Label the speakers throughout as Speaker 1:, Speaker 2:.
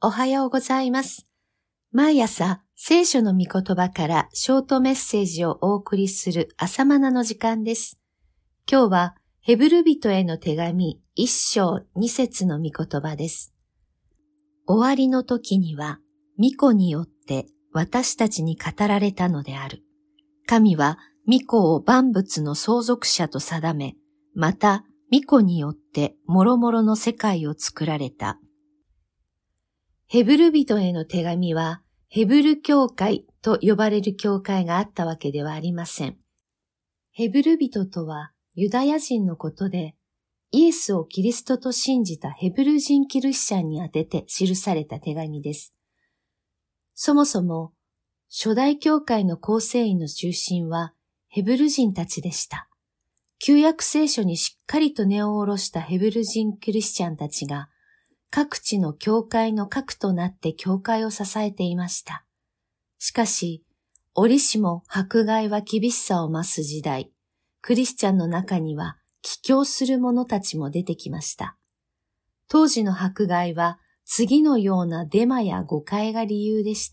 Speaker 1: おはようございます。毎朝、聖書の御言葉からショートメッセージをお送りする朝マナの時間です。今日はヘブル人への手紙1章2節の御言葉です。終わりの時には、御子によって私たちに語られたのである。神は御子を万物の相続者と定め、また御子によって諸々の世界を作られた。ヘブル人への手紙は、ヘブル教会と呼ばれる教会があったわけではありません。ヘブル人とはユダヤ人のことで、イエスをキリストと信じたヘブル人キリシチャンに宛てて記された手紙です。そもそも、初代教会の構成員の中心はヘブル人たちでした。旧約聖書にしっかりと根を下ろしたヘブル人クリスチャンたちが、各地の教会の核となって教会を支えていました。しかし、折しも迫害は厳しさを増す時代、クリスチャンの中には帰郷する者たちも出てきました。当時の迫害は次のようなデマや誤解が理由でした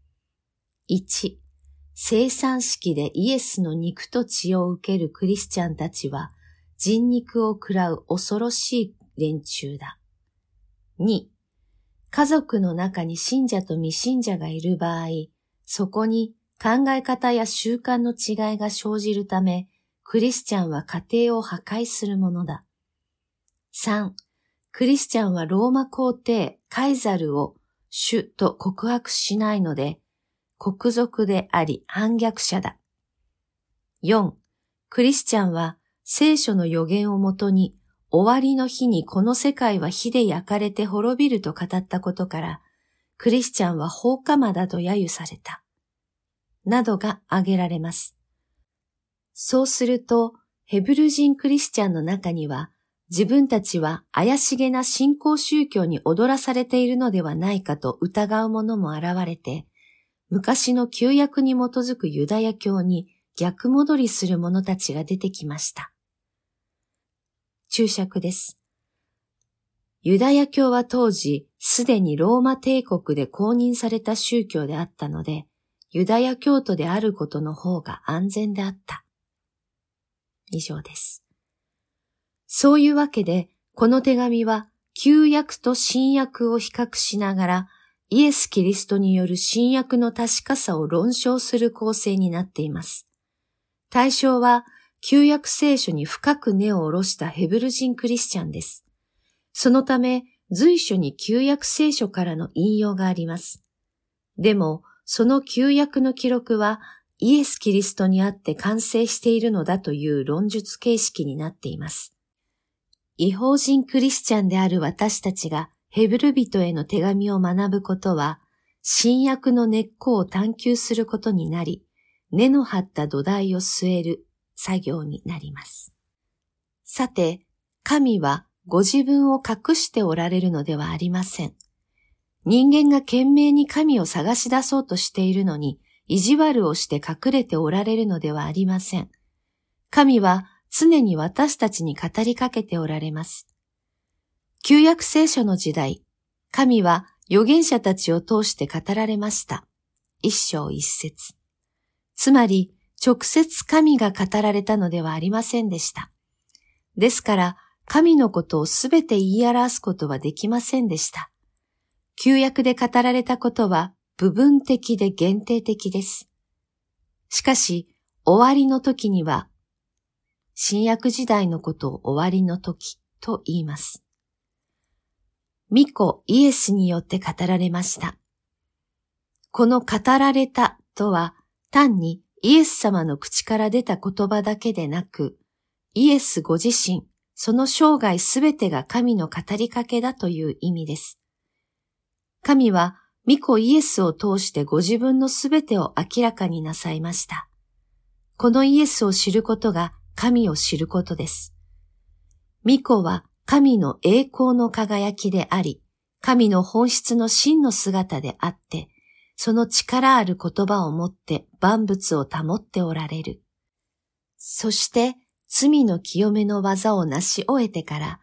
Speaker 1: 。1、生産式でイエスの肉と血を受けるクリスチャンたちは人肉を食らう恐ろしい連中だ。2、家族の中に信者と未信者がいる場合、そこに考え方や習慣の違いが生じるため、クリスチャンは家庭を破壊するものだ。3、クリスチャンはローマ皇帝カイザルを主と告白しないので、国賊であり反逆者だ。4、クリスチャンは聖書の預言をもとに、終わりの日にこの世界は火で焼かれて滅びると語ったことから、クリスチャンは放火魔だと揶揄された。などが挙げられます。そうすると、ヘブル人クリスチャンの中には、自分たちは怪しげな新興宗教に踊らされているのではないかと疑う者も現れて、昔の旧約に基づくユダヤ教に逆戻りする者たちが出てきました。注釈です。ユダヤ教は当時、すでにローマ帝国で公認された宗教であったので、ユダヤ教徒であることの方が安全であった。以上です。そういうわけで、この手紙は旧約と新約を比較しながら、イエス・キリストによる新約の確かさを論証する構成になっています。対象は、旧約聖書に深く根を下ろしたヘブル人クリスチャンです。そのため、随所に旧約聖書からの引用があります。でも、その旧約の記録はイエス・キリストにあって完成しているのだという論述形式になっています。異邦人クリスチャンである私たちがヘブル人への手紙を学ぶことは、新約の根っこを探求することになり、根の張った土台を据える作業になります。さて、神はご自分を隠しておられるのではありません。人間が懸命に神を探し出そうとしているのに、意地悪をして隠れておられるのではありません。神は常に私たちに語りかけておられます。旧約聖書の時代、神は預言者たちを通して語られました。一章一節。つまり、直接神が語られたのではありませんでした。ですから、神のことをすべて言い表すことはできませんでした。旧約で語られたことは部分的で限定的です。しかし、終わりの時には、新約時代のことを終わりの時と言います。御子イエスによって語られました。この語られたとは、単にイエス様の口から出た言葉だけでなく、イエスご自身、その生涯すべてが神の語りかけだという意味です。神は、御子イエスを通してご自分のすべてを明らかになさいました。このイエスを知ることが神を知ることです。御子は神の栄光の輝きであり、神の本質の真の姿であって、その力ある言葉をもって万物を保っておられる。そして罪の清めの技を成し終えてから、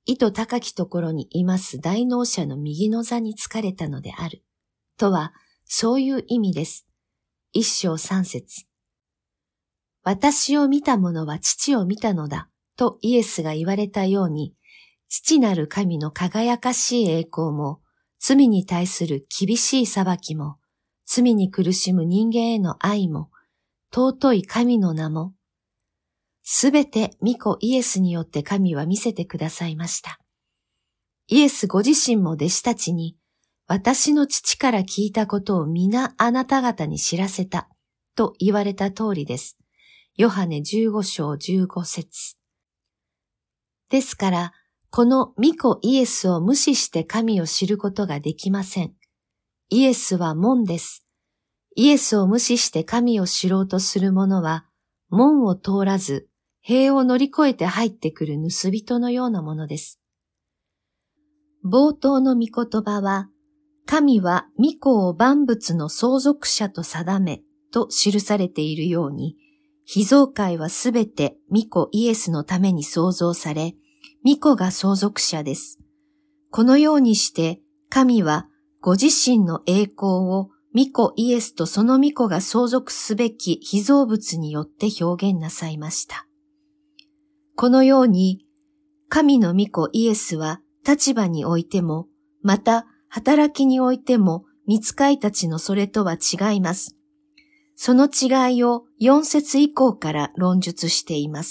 Speaker 1: 意図高きところにいます大能者の右の座につかれたのである。とは、そういう意味です。一章三節。私を見た者は父を見たのだ、とイエスが言われたように、父なる神の輝かしい栄光も、罪に対する厳しい裁きも、罪に苦しむ人間への愛も、尊い神の名も、すべて御子イエスによって神は見せてくださいました。イエスご自身も弟子たちに、私の父から聞いたことを皆あなた方に知らせた、と言われた通りです。ヨハネ15章15節。ですから、この御子イエスを無視して神を知ることができません。イエスは門です。イエスを無視して神を知ろうとする者は、門を通らず、塀を乗り越えて入ってくる盗人のようなものです。冒頭の御言葉は、神は御子を万物の相続者と定めと記されているように、被造界はすべて御子イエスのために創造され、御子が相続者です。このようにして、神はご自身の栄光を御子イエスとその御子が相続すべき被造物によって表現なさいました。このように、神の御子イエスは立場においても、また働きにおいても、御使いたちのそれとは違います。その違いを4節以降から論述しています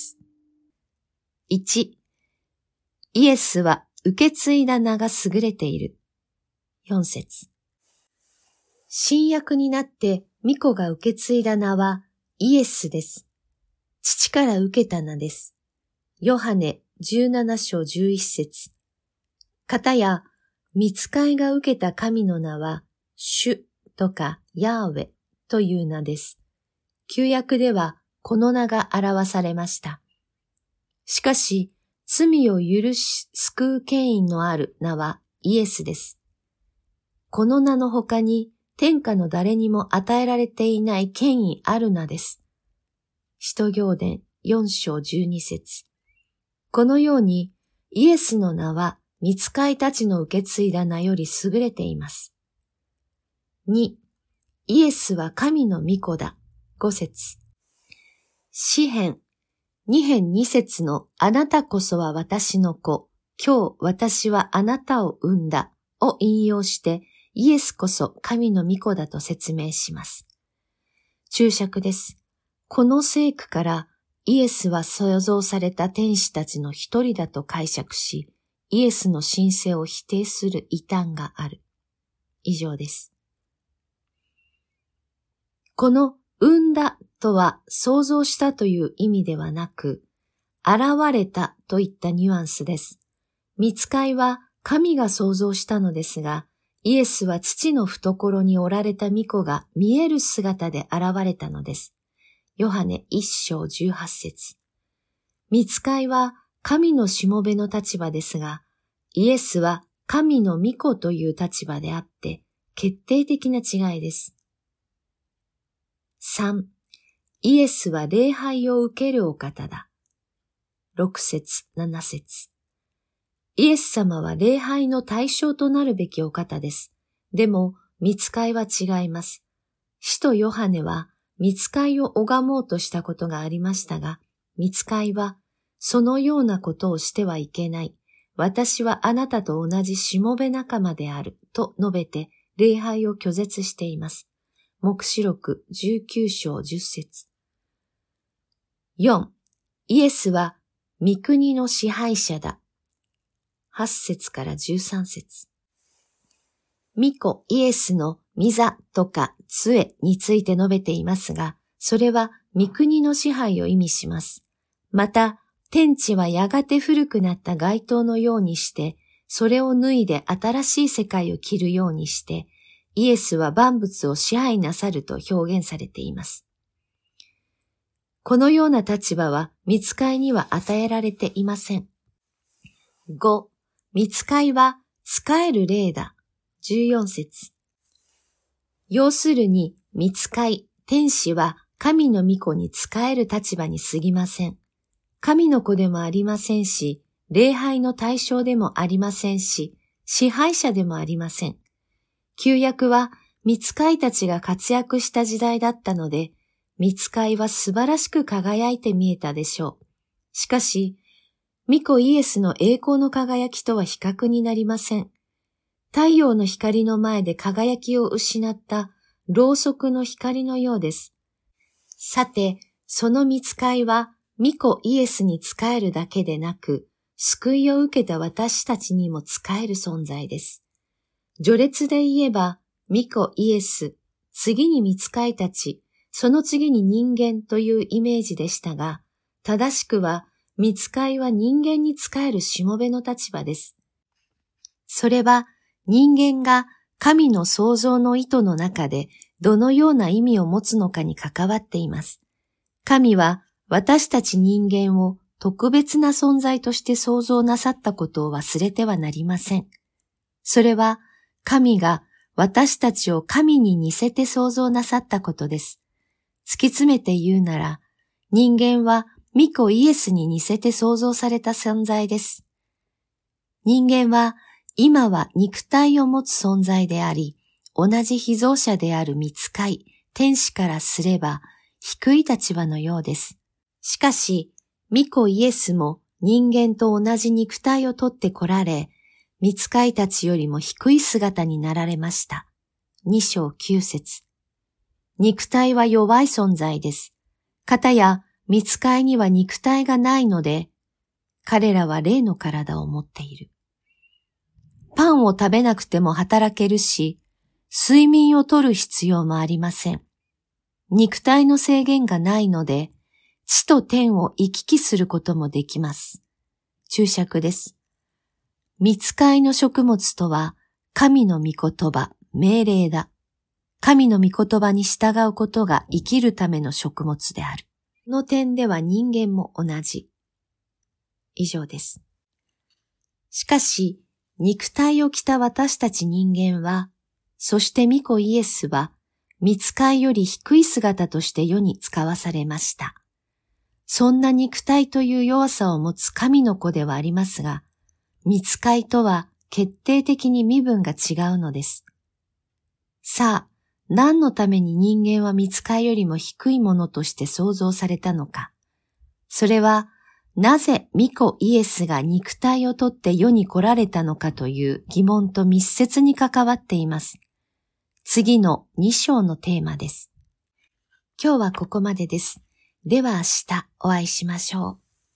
Speaker 1: 。1、イエスは受け継いだ名が優れている。4節。新約になって御子が受け継いだ名はイエスです。父から受けた名です。ヨハネ17章11節。かたや、御使いが受けた神の名は、主とかヤーウェという名です。旧約ではこの名が表されました。しかし、罪を許し救う権威のある名はイエスです。この名の他に天下の誰にも与えられていない権威ある名です。使徒行伝4章12節。このようにイエスの名は御使いたちの受け継いだ名より優れています。2、イエスは神の御子だ。5節。詩編2編2節のあなたこそは私の子、今日私はあなたを産んだを引用してイエスこそ神の御子だと説明します。注釈です。この聖句からイエスは創造された天使たちの一人だと解釈し、イエスの神性を否定する異端がある。以上です。この産んだとは創造したという意味ではなく、現れたといったニュアンスです。御使いは神が創造したのですが、イエスは父の懐におられた御子が見える姿で現れたのです。ヨハネ1章18節。御使いは神のしもべの立場ですが、イエスは神の御子という立場であって、決定的な違いです。3、イエスは礼拝を受けるお方だ。6節7節。イエス様は礼拝の対象となるべきお方です。でも、御使いは違います。使徒ヨハネは、御使いを拝もうとしたことがありましたが、御使いは、そのようなことをしてはいけない。私はあなたと同じしもべ仲間である、と述べて、礼拝を拒絶しています。黙示録19章10節。4. イエスは御国の支配者だ。8節から13節。御子イエスの御座とか杖について述べていますが、それは御国の支配を意味します。また、天地はやがて古くなった街灯のようにして、それを脱いで新しい世界を着るようにして、イエスは万物を支配なさると表現されています。このような立場は御使いには与えられていません。5. 御使いは仕える霊だ。14節。要するに御使い、天使は神の御子に仕える立場に過ぎません。神の子でもありませんし、 礼拝の対象でもありませんし、支配者でもありません。旧約は御使いたちが活躍した時代だったので、御使いは素晴らしく輝いて見えたでしょう。しかし、御子イエスの栄光の輝きとは比較になりません。太陽の光の前で輝きを失ったろうそくの光のようです。さて、その御使いは御子イエスに仕えるだけでなく、救いを受けた私たちにも仕える存在です。序列で言えば、御子イエス、次に御使いたち、その次に人間というイメージでしたが、正しくは、御使いは人間に仕えるしもべの立場です。それは、人間が神の創造の意図の中でどのような意味を持つのかに関わっています。神は私たち人間を特別な存在として創造なさったことを忘れてはなりません。それは神が私たちを神に似せて創造なさったことです。突き詰めて言うなら、人間は御子イエスに似せて創造された存在です。人間は今は肉体を持つ存在であり、同じ被造者である御使い、天使からすれば低い立場のようです。しかし、御子イエスも人間と同じ肉体をとって来られ、御使いたちよりも低い姿になられました。2章9節。肉体は弱い存在です。かたや御使いには肉体がないので、彼らは霊の体を持っている。パンを食べなくても働けるし、睡眠をとる必要もありません。肉体の制限がないので、地と天を行き来することもできます。注釈です。御使いの食物とは、神の御言葉、命令だ。神の御言葉に従うことが生きるための食物である。この点では人間も同じ。以上です。しかし、肉体を着た私たち人間は、そして御子イエスは、御使いより低い姿として世に使わされました。そんな肉体という弱さを持つ神の子ではありますが、御使いとは決定的に身分が違うのです。さあ、何のために人間は御使いよりも低いものとして創造されたのか。それは、なぜ御子イエスが肉体をとって世に来られたのかという疑問と密接に関わっています。次の2章のテーマです。今日はここまでです。では明日お会いしましょう。